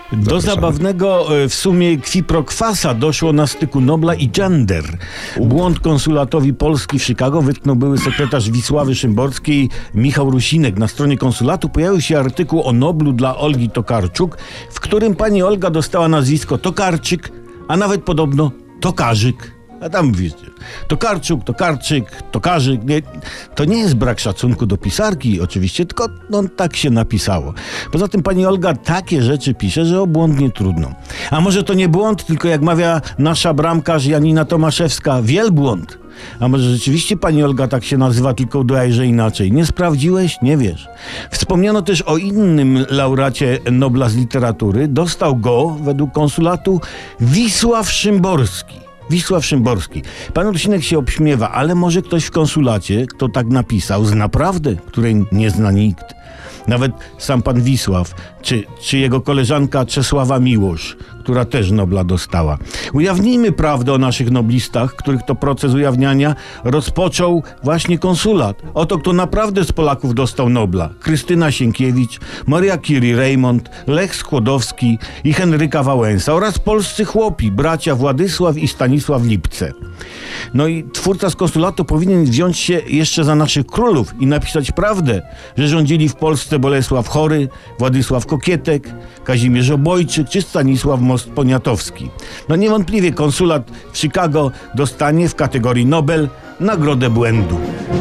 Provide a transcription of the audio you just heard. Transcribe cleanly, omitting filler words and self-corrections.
Do zabawnego w sumie kwiprokwasa doszło na styku Nobla i gender. Błąd konsulatowi Polski w Chicago wytknął były sekretarz Wisławy Szymborskiej Michał Rusinek. Na stronie konsulatu pojawił się artykuł o Noblu dla Olgi Tokarczuk, w którym pani Olga dostała nazwisko Tokarczyk, a nawet podobno Tokarzyk. A tam wiecie, Tokarczuk, Tokarczyk, Tokarzyk. Nie, to nie jest brak szacunku do pisarki oczywiście, tylko tak się napisało. Poza tym pani Olga takie rzeczy pisze, że o błąd nie trudno. A może to nie błąd, tylko jak mawia nasza bramkarz Janina Tomaszewska, wielbłąd. A może rzeczywiście pani Olga tak się nazywa, tylko udajże inaczej. Nie sprawdziłeś? Nie wiesz. Wspomniano też o innym laureacie Nobla z literatury. Dostał go, według konsulatu, Wisław Szymborski. Pan Rusinek się obśmiewa, ale może ktoś w konsulacie, kto tak napisał, zna prawdę, której nie zna nikt. Nawet sam pan Wisław, czy jego koleżanka Czesława Miłosz, która też Nobla dostała. Ujawnijmy prawdę o naszych noblistach, których to proces ujawniania rozpoczął właśnie konsulat. Oto kto naprawdę z Polaków dostał Nobla. Krystyna Sienkiewicz, Maria Curie-Raymond, Lech Skłodowski i Henryka Wałęsa oraz polscy chłopi, bracia Władysław i Stanisław Lipce. No i twórca z konsulatu powinien wziąć się jeszcze za naszych królów i napisać prawdę, że rządzili w Polsce Bolesław Chory, Władysław Kokietek, Kazimierz Obojczyk czy Stanisław Most-Poniatowski. No niewątpliwie konsulat w Chicago dostanie w kategorii Nobel Nagrodę Błędu.